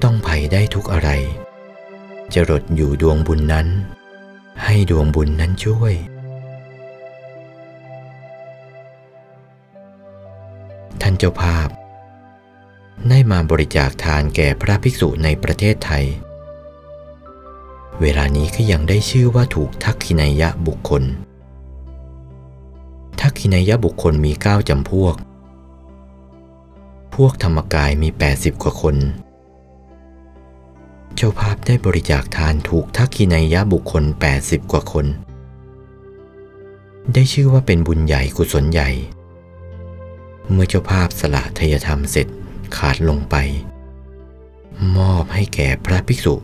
ต้องภัยได้ทุกอะไรจรดอยู่ดวงบุญนั้นให้ดวงบุญนั้นช่วยท่านเจ้าภาพได้มาบริจาคทานแก่พระภิกษุในประเทศไทยเวลานี้ก็ยังได้ชื่อว่าถูกทักขินัยยะบุคคลทักขินัยยะบุคคลมี9จำพวกธรรมกายมี80กว่าคนเจ้าภาพได้บริจาคทานถูกทักขินัยยะบุคคล80กว่าคนได้ชื่อว่าเป็นบุญใหญ่กุศลใหญ่เมื่อเจ้าภาพสละทายธรรมเสร็จขาดลงไปมอบให้แก่พระภิกษุ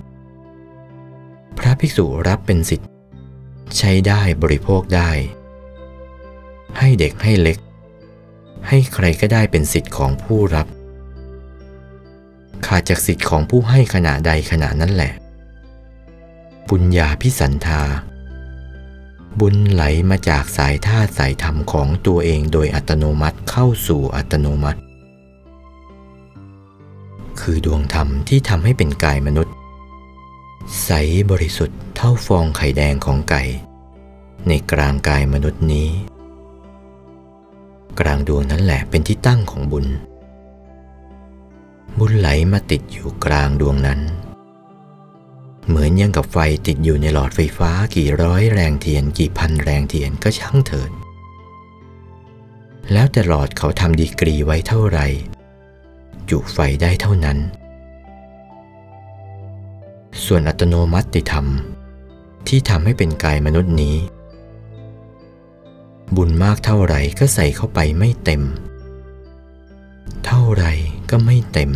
รับเป็นสิทธิ์ใช้ได้บริโภคได้ให้เด็กให้เล็กให้ใครก็ได้เป็นสิทธิ์ของผู้รับขาดจากสิทธิ์ของผู้ให้ขณะใดขณะนั้นแหละบุญญาภิสันธาบุญไหลมาจากสายธาตุสายธรรมของตัวเองโดยอัตโนมัติเข้าสู่อัตโนมัติคือดวงธรรมที่ทำให้เป็นกายมนุษย์ใสบริสุทธิ์เท่าฟองไข่แดงของไก่ในกลางกายมนุษย์นี้กลางดวงนั้นแหละเป็นที่ตั้งของบุญไหลมาติดอยู่กลางดวงนั้นเหมือนยังกับไฟติดอยู่ในหลอดไฟฟ้ากี่ร้อยแรงเทียนกี่พันแรงเทียนก็ช่างเถิดแล้วแต่หลอดเขาทำดีกรีไว้เท่าไหร่จุไฟได้เท่านั้นส่วนอัตโนมัติธรรมที่ทำให้เป็นกายมนุษย์นี้บุญมากเท่าไหร่ก็ใส่เข้าไปไม่เต็มเท่าไหร่ก็ไม่เต็ม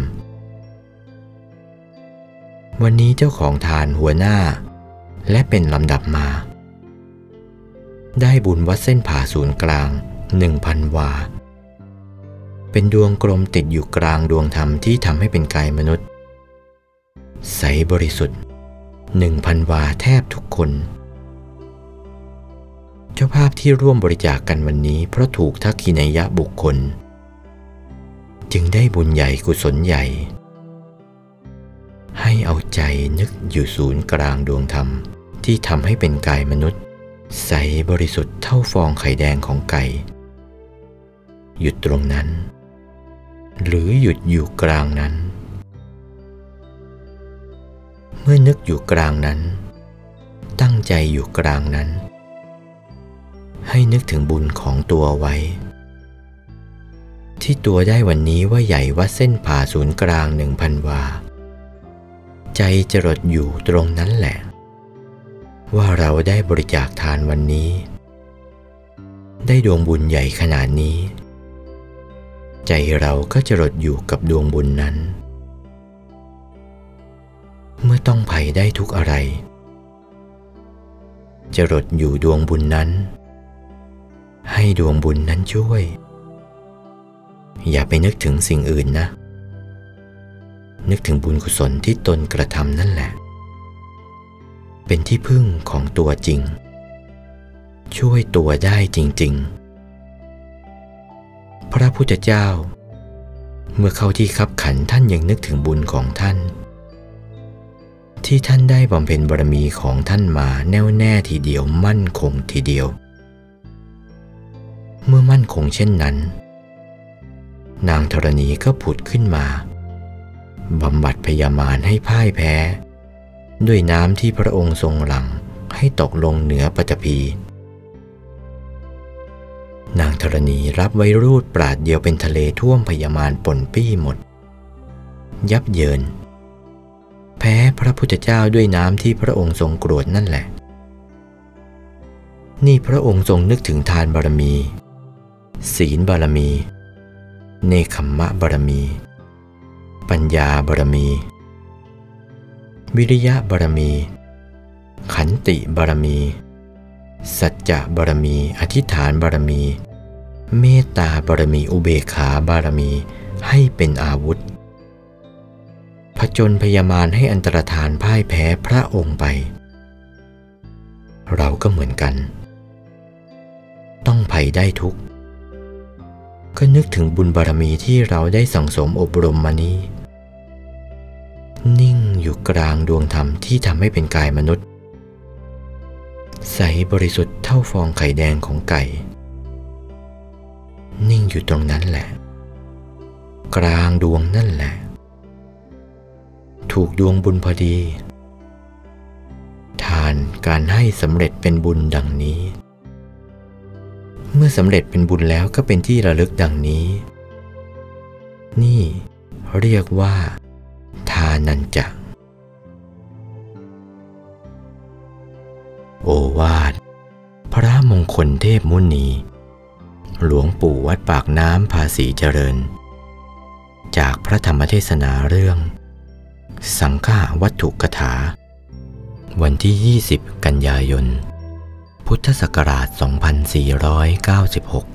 วันนี้เจ้าของทานหัวหน้าและเป็นลำดับมาได้บุญวัดเส้นผ่าศูนย์กลาง 1,000 วาเป็นดวงกลมติดอยู่กลางดวงธรรมที่ทำให้เป็นกายมนุษย์ใสบริสุทธิ์ 1,000 วาแทบทุกคนเจ้าภาพที่ร่วมบริจาคกันวันนี้เพราะถูกทักขินัยยะบุคคลจึงได้บุญใหญ่กุศลใหญ่ให้เอาใจนึกอยู่ศูนย์กลางดวงธรรมที่ทำให้เป็นกายมนุษย์ใสบริสุทธิ์เท่าฟองไข่แดงของไก่หยุดตรงนั้นหรือหยุดอยู่กลางนั้นเมื่อนึกอยู่กลางนั้นตั้งใจอยู่กลางนั้นให้นึกถึงบุญของตัวไว้ที่ตัวได้วันนี้ว่าใหญ่วัดเส้นผ่าศูนย์กลาง 1,000 วาใจจรดอยู่ตรงนั้นแหละว่าเราได้บริจาคทานวันนี้ได้ดวงบุญใหญ่ขนาดนี้ใจเราก็จรดอยู่กับดวงบุญนั้นเมื่อต้องภัยได้ทุกอะไรจรดอยู่ดวงบุญนั้นให้ดวงบุญนั้นช่วยอย่าไปนึกถึงสิ่งอื่นนะนึกถึงบุญกุศลที่ตนกระทำนั่นแหละเป็นที่พึ่งของตัวจริงช่วยตัวได้จริงๆพระพุทธเจ้าเมื่อเข้าที่คับขันท่านยังนึกถึงบุญของท่านที่ท่านได้บำเพ็ญบารมีของท่านมาแน่วแน่ทีเดียวมั่นคงทีเดียวเมื่อมั่นคงเช่นนั้นนางธรณีก็ผุดขึ้นมาบำบัดพยามารให้พ่ายแพ้ด้วยน้ำที่พระองค์ทรงหลั่งให้ตกลงเหนือปฐพีนางธรณีรับไว้รูดปราดเดียวเป็นทะเลท่วมพยามารป่นปี้หมดยับเยินแพ้พระพุทธเจ้าด้วยน้ำที่พระองค์ทรงกรวดนั่นแหละนี่พระองค์ทรงนึกถึงทานบารมีศีลบารมีเนกขัมมะบารมีปัญญาบารมีวิริยะบารมีขันติบารมีสัจจะบารมีอธิษฐานบารมีเมตตาบารมีอุเบกขาบารมีให้เป็นอาวุธผจญพยามารให้อันตรธานพ่ายแพ้พระองค์ไปเราก็เหมือนกันต้องภัยได้ทุกข์ก็นึกถึงบุญบารมีที่เราได้สั่งสมอบรมมานี้นิ่งอยู่กลางดวงธรรมที่ทำให้เป็นกายมนุษย์ใสบริสุทธิ์เท่าฟองไข่แดงของไก่นิ่งอยู่ตรงนั้นแหละกลางดวงนั่นแหละถูกดวงบุญพอดีทานการให้สำเร็จเป็นบุญดังนี้เมื่อสำเร็จเป็นบุญแล้วก็เป็นที่ระลึกดังนี้นี่เรียกว่าทานัญจะโอวาทพระมงคลเทพมุนีหลวงปู่วัดปากน้ำภาษีเจริญจากพระธรรมเทศนาเรื่องสังฆวัตถุกถาวันที่20 กันยายน พุทธศักราช 2496